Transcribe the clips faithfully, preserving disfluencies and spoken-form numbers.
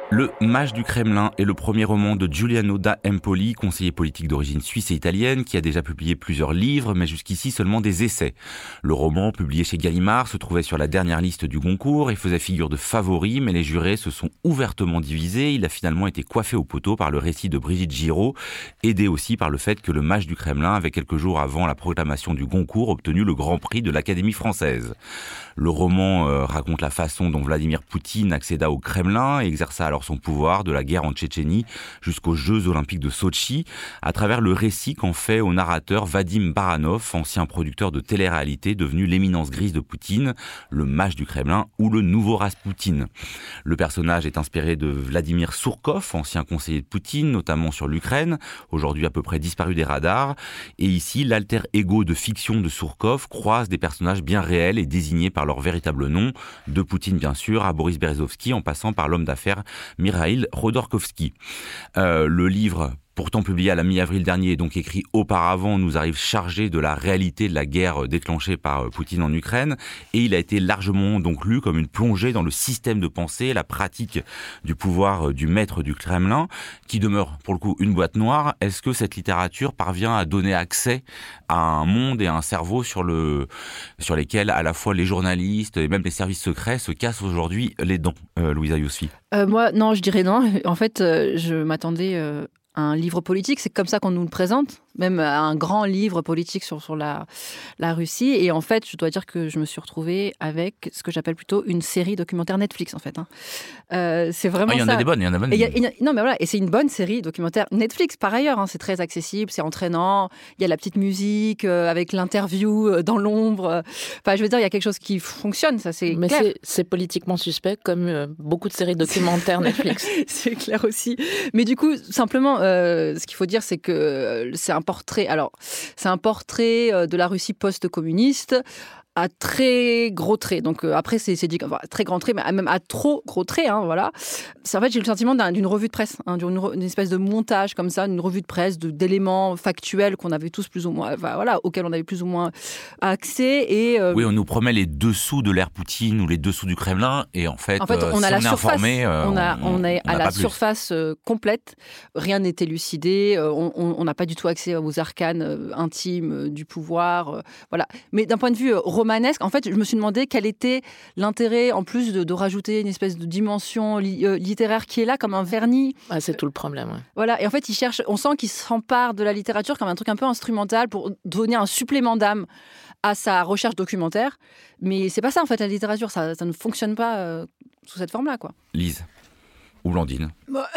Le Mage du Kremlin est le premier roman de Giuliano da Empoli, conseiller politique d'origine suisse et italienne, qui a déjà publié plusieurs livres, mais jusqu'ici seulement des essais. Le roman, publié chez Gallimard, se trouvait sur la dernière liste du Goncourt et faisait figure de favori, mais les jurés se sont ouvertement divisés. Il a finalement été coiffé au poteau par le récit de Brigitte Giraud, aidé aussi par le fait que le Mage du Kremlin avait quelques jours avant la proclamation du Goncourt obtenu le Grand Prix de l'Académie française. Le roman euh, raconte la façon dont Vladimir Poutine accéda au Kremlin et exerça alors son pouvoir de la guerre en Tchétchénie jusqu'aux Jeux Olympiques de Sotchi, à travers le récit qu'en fait au narrateur Vadim Baranov, ancien producteur de télé-réalité devenu l'éminence grise de Poutine, le Mage du Kremlin ou le nouveau Raspoutine. Le personnage est inspiré de Vladimir Surkov, ancien conseiller de Poutine, notamment sur l'Ukraine, aujourd'hui à peu près disparu des radars. Et ici, l'alter ego de fiction de Surkov croise des personnages bien réels et désignés par leur véritable nom, de Poutine bien sûr à Boris Berezovsky, en passant par l'homme d'affaires Mikhail Khodorkovsky. Euh, le livre, pourtant publié à la mi-avril dernier et donc écrit auparavant, nous arrive chargé de la réalité de la guerre déclenchée par Poutine en Ukraine, et il a été largement donc lu comme une plongée dans le système de pensée, la pratique du pouvoir du maître du Kremlin, qui demeure pour le coup une boîte noire. Est-ce que cette littérature parvient à donner accès à un monde et à un cerveau sur le sur lesquels à la fois les journalistes et même les services secrets se cassent aujourd'hui les dents, euh, Louisa Yousfi? euh, Moi, non, je dirais non. En fait, euh, je m'attendais euh, à un livre politique. C'est comme ça qu'on nous le présente, même un grand livre politique sur, sur la, la Russie. Et en fait, je dois dire que je me suis retrouvée avec ce que j'appelle plutôt une série documentaire Netflix, en fait. Hein. Euh, c'est vraiment ça. Il y en a des bonnes, il y en a bonnes. Et y a, y a, non, mais voilà, et c'est une bonne série documentaire Netflix, par ailleurs. Hein. C'est très accessible, c'est entraînant. Il y a la petite musique euh, avec l'interview euh, dans l'ombre. Enfin, je veux dire, il y a quelque chose qui fonctionne, ça, c'est mais clair. Mais c'est, c'est politiquement suspect, comme euh, beaucoup de séries documentaires Netflix. C'est clair aussi. Mais du coup, simplement, euh, ce qu'il faut dire, c'est que euh, c'est un portrait. Alors, c'est un portrait euh, de la Russie post-communiste à très gros traits. Donc euh, après, c'est, c'est dit enfin, très grand trait, mais même à trop gros traits. Hein, voilà. C'est, en fait, j'ai le sentiment d'un, d'une revue de presse, hein, d'une, une espèce de montage comme ça, une revue de presse de, d'éléments factuels qu'on avait tous plus ou moins, enfin, voilà, auxquels on avait plus ou moins accès. Et euh, oui, on nous promet les dessous de l'ère Poutine ou les dessous du Kremlin, et en fait, en fait euh, on a si la on est surface, informé, euh, on, a, on, on est on à la plus. surface euh, complète. Rien n'est élucidé. Euh, on n'a pas du tout accès aux arcanes euh, intimes euh, du pouvoir. Euh, voilà. Mais d'un point de vue euh, romanesque, en fait, je me suis demandé quel était l'intérêt, en plus de, de rajouter une espèce de dimension li, euh, littéraire qui est là comme un vernis. Ah, c'est tout le problème. Ouais. Voilà. Et en fait, il cherche. On sent qu'il s'empare de la littérature comme un truc un peu instrumental pour donner un supplément d'âme à sa recherche documentaire. Mais c'est pas ça, en fait, la littérature. Ça, ça ne fonctionne pas euh, sous cette forme-là, quoi. Lise. Ou Blandine. Bah,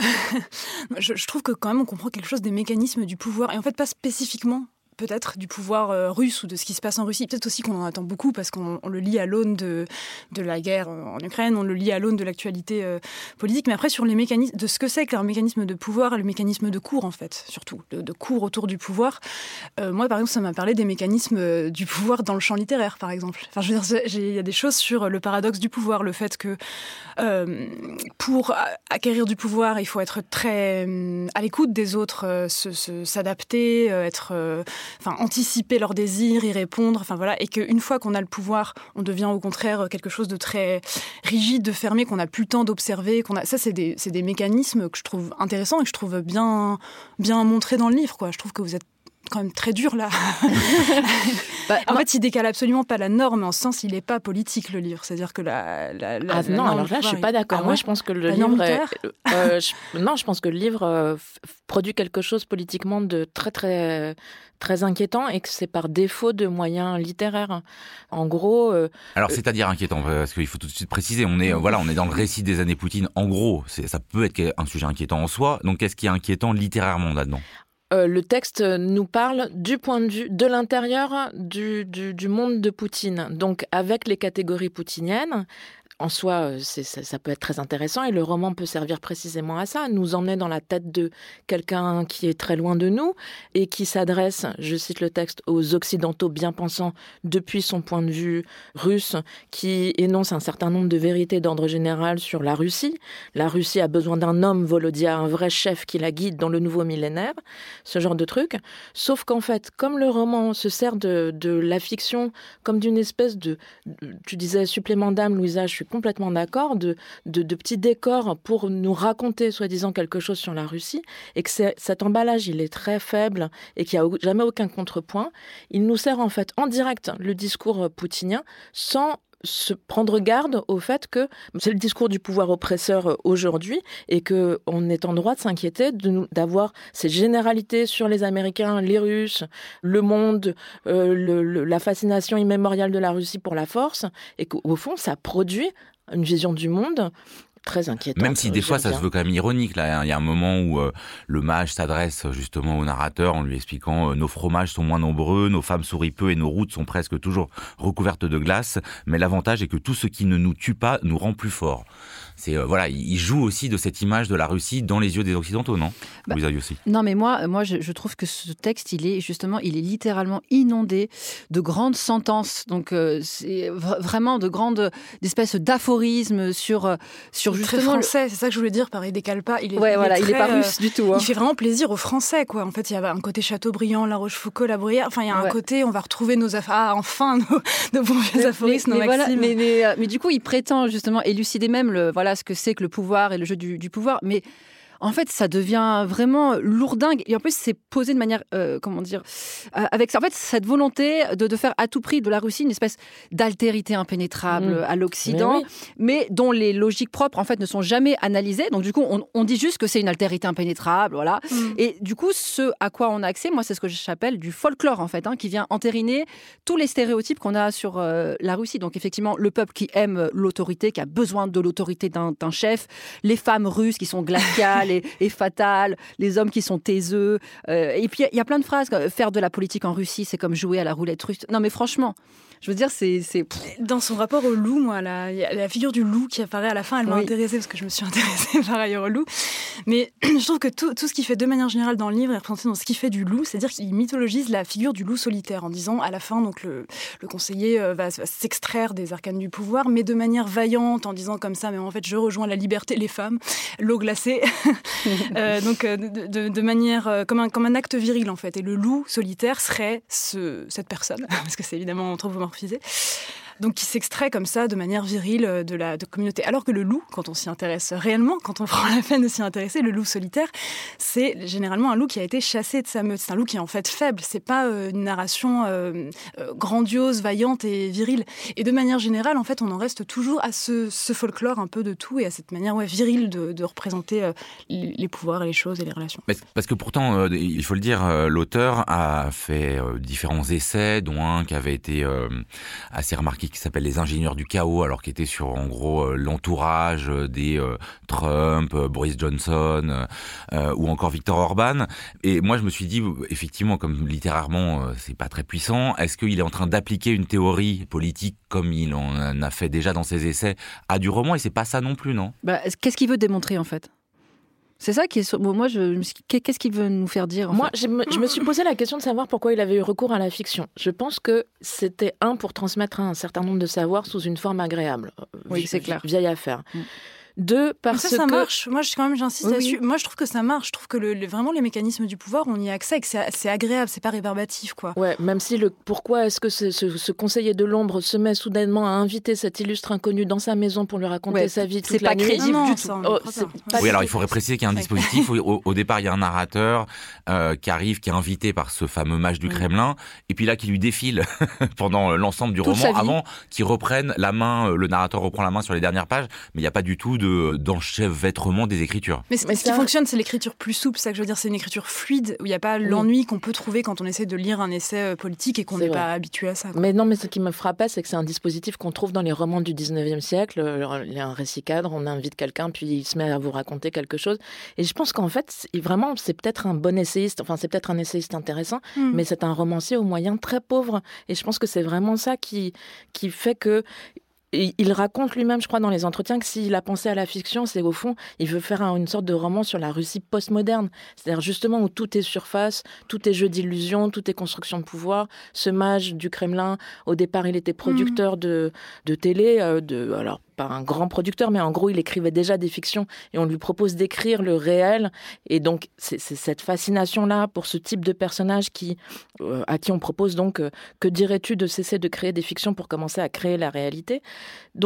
je, je trouve que quand même on comprend quelque chose des mécanismes du pouvoir, et en fait pas spécifiquement peut-être du pouvoir euh, russe ou de ce qui se passe en Russie. Peut-être aussi qu'on en attend beaucoup parce qu'on on le lit à l'aune de, de la guerre en Ukraine, on le lit à l'aune de l'actualité euh, politique, mais après sur les mécanismes, de ce que c'est que le mécanisme de pouvoir et le mécanisme de cours en fait, surtout, de, de cours autour du pouvoir. Euh, moi par exemple, ça m'a parlé des mécanismes euh, du pouvoir dans le champ littéraire par exemple. Enfin, je veux dire, il y a des choses sur le paradoxe du pouvoir, le fait que euh, pour acquérir du pouvoir, il faut être très euh, à l'écoute des autres, euh, se, se, s'adapter, euh, être... Euh, Enfin, anticiper leurs désirs, y répondre, enfin voilà, et qu'une fois qu'on a le pouvoir, on devient au contraire quelque chose de très rigide, de fermé, qu'on n'a plus le temps d'observer. Qu'on a... Ça, c'est des, c'est des mécanismes que je trouve intéressants et que je trouve bien, bien montrés dans le livre, quoi. Je trouve que vous êtes quand même très dur là. bah, en non. fait, il décale absolument pas la norme. En ce sens, il est pas politique le livre. C'est-à-dire que la, la, la ah, la non, alors là, je suis pas d'accord. Ah, Moi, ouais je pense que le la livre, est, euh, je, non, je pense que le livre euh, f- produit quelque chose politiquement de très très très inquiétant et que c'est par défaut de moyens littéraires. En gros. Euh, alors, c'est-à-dire inquiétant parce qu'il faut tout de suite préciser. On est, euh, voilà, on est dans le récit des années Poutine. En gros, c'est, ça peut être un sujet inquiétant en soi. Donc, qu'est-ce qui est inquiétant littérairement là-dedans? Euh, le texte nous parle du point de vue de l'intérieur du, du, du monde de Poutine, donc avec les catégories poutiniennes. En soi, c'est, ça, ça peut être très intéressant et le roman peut servir précisément à ça, nous emmener dans la tête de quelqu'un qui est très loin de nous et qui s'adresse, je cite le texte, aux Occidentaux bien pensants depuis son point de vue russe, qui énonce un certain nombre de vérités d'ordre général sur la Russie. La Russie a besoin d'un homme, Volodya, un vrai chef qui la guide dans le nouveau millénaire, ce genre de truc. Sauf qu'en fait, comme le roman se sert de, de la fiction comme d'une espèce de, tu disais, supplément d'âme, Louisa, je suis suis complètement d'accord, de, de, de petits décors pour nous raconter, soi-disant, quelque chose sur la Russie, et que c'est, cet emballage, il est très faible et qu'il n'y a jamais aucun contrepoint. Il nous sert en fait en direct le discours poutinien sans se prendre garde au fait que c'est le discours du pouvoir oppresseur aujourd'hui et qu'on est en droit de s'inquiéter de nous, d'avoir ces généralités sur les Américains, les Russes, le monde, euh, le, le, la fascination immémoriale de la Russie pour la force, et qu'au fond, ça produit une vision du monde très inquiétant. Même si des fois, ça se veut quand même ironique. Là, il y a un moment où euh, le mage s'adresse justement au narrateur en lui expliquant euh, « Nos fromages sont moins nombreux, nos femmes sourient peu et nos routes sont presque toujours recouvertes de glace. Mais l'avantage est que tout ce qui ne nous tue pas nous rend plus forts. » C'est euh, voilà, il joue aussi de cette image de la Russie dans les yeux des Occidentaux, non bah, Louisa Iossi. Non, mais moi, moi, je, je trouve que ce texte, il est justement, il est littéralement inondé de grandes sentences. Donc, euh, c'est vraiment de grandes, d'espèces d'aphorismes sur euh, sur justement. Très français, c'est ça que je voulais dire. Par il décale pas. Il est, ouais, il voilà, est très, il est pas russe euh, du tout. Hein. Il fait vraiment plaisir aux Français, quoi. En fait, il y a un côté Chateaubriand, La Rochefoucauld, La Bruyère. Enfin, il y a un ouais. côté, on va retrouver nos affaires. Ah, enfin, nos, nos bons vieux aphorismes, nos mais, maximes. Voilà, mais, mais, mais du coup, il prétend justement élucider même le, voilà, ce que c'est que le pouvoir et le jeu du, du pouvoir, mais en fait, ça devient vraiment lourdingue. Et en plus, c'est posé de manière, euh, comment dire, euh, avec en fait cette volonté de, de faire à tout prix de la Russie une espèce d'altérité impénétrable mmh. à l'Occident, mais, oui. mais dont les logiques propres en fait ne sont jamais analysées. Donc du coup, on, on dit juste que c'est une altérité impénétrable, voilà. Mmh. Et du coup, ce à quoi on a accès, moi, c'est ce que j'appelle du folklore en fait, hein, qui vient entériner tous les stéréotypes qu'on a sur euh, la Russie. Donc effectivement, le peuple qui aime l'autorité, qui a besoin de l'autorité d'un, d'un chef, les femmes russes qui sont glaciales. Et, et fatales, les hommes qui sont taiseux. Euh, et puis, il y a plein de phrases. Faire de la politique en Russie, c'est comme jouer à la roulette russe. Non, mais franchement, je veux dire, c'est... c'est... Dans son rapport au loup, moi, la, la figure du loup qui apparaît à la fin, elle m'a oui. intéressée parce que je me suis intéressée par ailleurs au loup. Mais je trouve que tout, tout ce qu'il fait de manière générale dans le livre est représenté dans ce qu'il fait du loup, c'est-à-dire qu'il mythologise la figure du loup solitaire en disant, à la fin, donc le, le conseiller va, va s'extraire des arcanes du pouvoir, mais de manière vaillante, en disant comme ça, mais en fait, je rejoins la liberté, les femmes, l'eau glacée. euh, donc, de, de, de manière, euh, comme un, comme un acte viril, en fait. Et le loup solitaire serait ce, cette personne, parce que c'est évidemment anthropomorphisé. Donc qui s'extrait comme ça de manière virile de la de communauté. Alors que le loup, quand on s'y intéresse réellement, quand on prend la peine de s'y intéresser, le loup solitaire, c'est généralement un loup qui a été chassé de sa meute. C'est un loup qui est en fait faible. C'est pas euh, une narration euh, euh, grandiose, vaillante et virile. Et de manière générale, en fait, on en reste toujours à ce, ce folklore un peu de tout et à cette manière ouais, virile de, de représenter euh, les, les pouvoirs et les choses et les relations. Parce que pourtant, euh, il faut le dire, euh, l'auteur a fait euh, différents essais, dont un qui avait été euh, assez remarqué, qui s'appelle Les ingénieurs du chaos, alors qui était sur en gros euh, l'entourage des euh, Trump, euh, Boris Johnson euh, ou encore Viktor Orban. Et moi je me suis dit effectivement, comme littérairement euh, c'est pas très puissant, est-ce qu'il est en train d'appliquer une théorie politique comme il en a fait déjà dans ses essais à du roman, et c'est pas ça non plus, non ? Bah, qu'est-ce qu'il veut démontrer en fait ? C'est ça qui est. Moi, je. Qu'est-ce qu'il veut nous faire dire en Moi, fait je, me, je me suis posé la question de savoir pourquoi il avait eu recours à la fiction. Je pense que c'était un pour transmettre un certain nombre de savoirs sous une forme agréable. Oui, c'est clair. Vieille affaire. Mm. Deux, parce ça, ça que... marche. Moi, je, quand même, j'insiste oui, là-dessus. oui. Moi, je trouve que ça marche. Je trouve que le, le, vraiment les mécanismes du pouvoir, on y a accès et que c'est, c'est agréable, c'est pas rébarbatif, quoi. Ouais, même si le pourquoi est-ce que ce, ce, ce conseiller de l'ombre se met soudainement à inviter cet illustre inconnu dans sa maison pour lui raconter ouais, sa vie toute c'est la pas nuit. crédible non, non, du tout. Ça, oh, c'est pas oui, alors il faudrait préciser qu'il y a un dispositif. Au, au départ, il y a un narrateur euh, qui arrive, qui est invité par ce fameux mage du Kremlin, et puis là, qui lui défile pendant l'ensemble du toute roman, avant qu'il reprenne la main. Le narrateur reprend la main sur les dernières pages, mais il n'y a pas du tout de d'enchevêtrement des écritures. Mais, mais ce qui fonctionne, c'est l'écriture plus souple, c'est ça que je veux dire, c'est une écriture fluide, où il n'y a pas oui. l'ennui qu'on peut trouver quand on essaie de lire un essai politique et qu'on n'est pas habitué à ça. Quoi. Mais non, mais ce qui me frappait, c'est que c'est un dispositif qu'on trouve dans les romans du dix-neuvième siècle. Il y a un récit cadre, on invite quelqu'un, puis il se met à vous raconter quelque chose. Et je pense qu'en fait, vraiment, c'est peut-être un bon essayiste, enfin, c'est peut-être un essayiste intéressant, mm. mais c'est un romancier aux moyens très pauvres. Et je pense que c'est vraiment ça qui, qui fait que il raconte lui-même, je crois, dans les entretiens, que s'il a pensé à la fiction, c'est au fond, il veut faire une sorte de roman sur la Russie postmoderne. C'est-à-dire justement où tout est surface, tout est jeu d'illusion, tout est construction de pouvoir. Ce mage du Kremlin, au départ, il était producteur mmh. de, de télé, euh, de, alors pas un grand producteur, mais en gros, il écrivait déjà des fictions et on lui propose d'écrire le réel. Et donc, c'est, c'est cette fascination-là pour ce type de personnage qui, euh, à qui on propose donc, euh, que dirais-tu de cesser de créer des fictions pour commencer à créer la réalité ? Donc,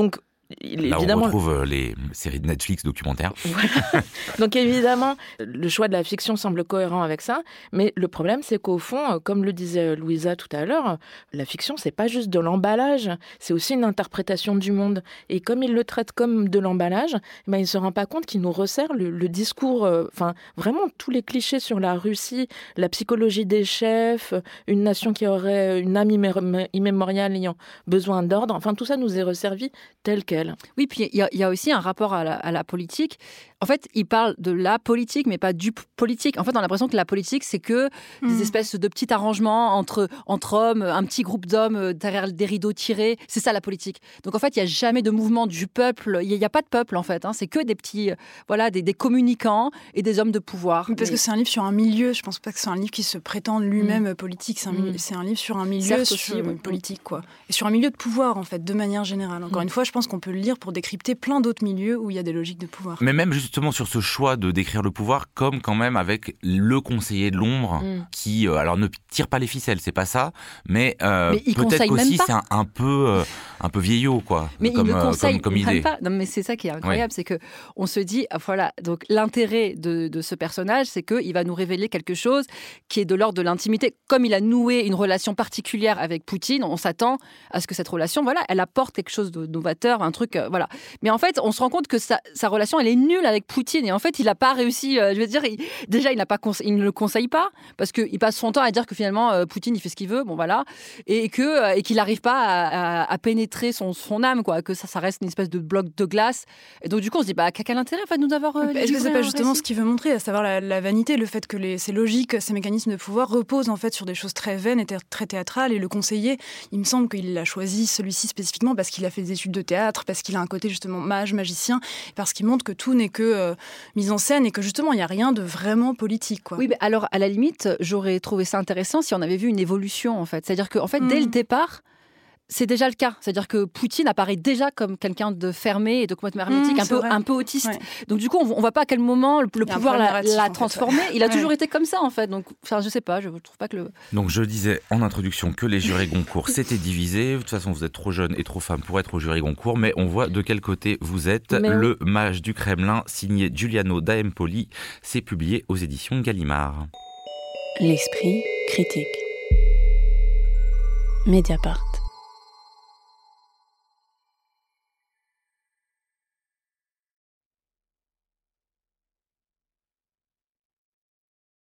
Il, Là, évidemment, on retrouve les séries de Netflix documentaires. Voilà. Donc évidemment, le choix de la fiction semble cohérent avec ça, mais le problème, c'est qu'au fond, comme le disait Louisa tout à l'heure, la fiction, c'est pas juste de l'emballage, c'est aussi une interprétation du monde. Et comme il le traite comme de l'emballage, ben, il ne se rend pas compte qu'il nous resserre le, le discours, enfin euh, vraiment tous les clichés sur la Russie, la psychologie des chefs, une nation qui aurait une âme immé- immémoriale ayant besoin d'ordre, enfin tout ça nous est resservi tel quel. Oui, puis il y, y a aussi un rapport à la, à la politique. En fait, il parle de la politique, mais pas du p- politique. En fait, on a l'impression que la politique, c'est que mmh. des espèces de petits arrangements entre, entre hommes, un petit groupe d'hommes derrière des rideaux tirés. C'est ça, la politique. Donc, en fait, il n'y a jamais de mouvement du peuple. Il n'y a, a pas de peuple, en fait. Hein. C'est que des petits, euh, voilà, des, des communicants et des hommes de pouvoir. Parce mais... que c'est un livre sur un milieu. Je ne pense pas que c'est un livre qui se prétend lui-même mmh. politique. C'est un, mmh. c'est un livre sur un milieu sur, aussi, oui. politique, quoi. Et sur un milieu de pouvoir, en fait, de manière générale. Encore mmh. une fois, je pense qu'on peut le lire pour décrypter plein d'autres milieux où il y a des logiques de pouvoir. Mais même justement sur ce choix de décrire le pouvoir, comme quand même avec le conseiller de l'ombre mmh. qui, euh, alors ne tire pas les ficelles, c'est pas ça, mais, euh, mais peut-être qu'aussi c'est un, un peu, euh, un peu vieillot, quoi. Mais comme, il le conseille, euh, comme, comme il idée. Pas. Non, mais c'est ça qui est incroyable, oui. c'est que on se dit, voilà, donc l'intérêt de, de ce personnage, c'est qu'il va nous révéler quelque chose qui est de l'ordre de l'intimité. Comme il a noué une relation particulière avec Poutine, on s'attend à ce que cette relation, voilà, elle apporte quelque chose de novateur, un truc, euh, voilà. Mais en fait, on se rend compte que sa, sa relation, elle est nulle avec Poutine. Et en fait, il n'a pas réussi. Euh, je veux dire, il, déjà, il n'a pas, conse- il ne le conseille pas parce qu'il passe son temps à dire que finalement, euh, Poutine, il fait ce qu'il veut. Bon, voilà, et que euh, et qu'il n'arrive pas à, à, à pénétrer son, son âme, quoi. Que ça, ça reste une espèce de bloc de glace. Et donc, du coup, on se dit, bah, quel intérêt va nous avoir. Euh, Est-ce que c'est pas justement récit ce qu'il veut montrer, à savoir la, la vanité, le fait que les, ces logiques, ces mécanismes de pouvoir reposent en fait sur des choses très vaines et très théâtrales. Et le conseiller, il me semble qu'il l'a choisi celui-ci spécifiquement parce qu'il a fait des études de théâtre, parce qu'il a un côté justement mage, magicien, parce qu'il montre que tout n'est que euh, mise en scène et que justement il n'y a rien de vraiment politique, quoi. Oui, mais alors à la limite, j'aurais trouvé ça intéressant si on avait vu une évolution, en fait. C'est-à-dire qu'en fait, mmh. dès le départ, c'est déjà le cas. C'est-à-dire que Poutine apparaît déjà comme quelqu'un de fermé et de complètement hermétique, mmh, un, peu, un peu autiste. Ouais. Donc du coup, on ne voit pas à quel moment le, le pouvoir l'a, l'a transformé. En fait, ouais. Il a ouais. toujours été comme ça, en fait. Donc, enfin, je ne sais pas, je ne trouve pas que le... Donc je disais en introduction que les jurés Goncourt s'étaient divisés. De toute façon, vous êtes trop jeune et trop femme pour être au jury Goncourt, mais on voit de quel côté vous êtes. Mais le oui. Mage du Kremlin, signé Giuliano da Empoli, c'est publié aux éditions Gallimard. L'esprit critique. Mediapart.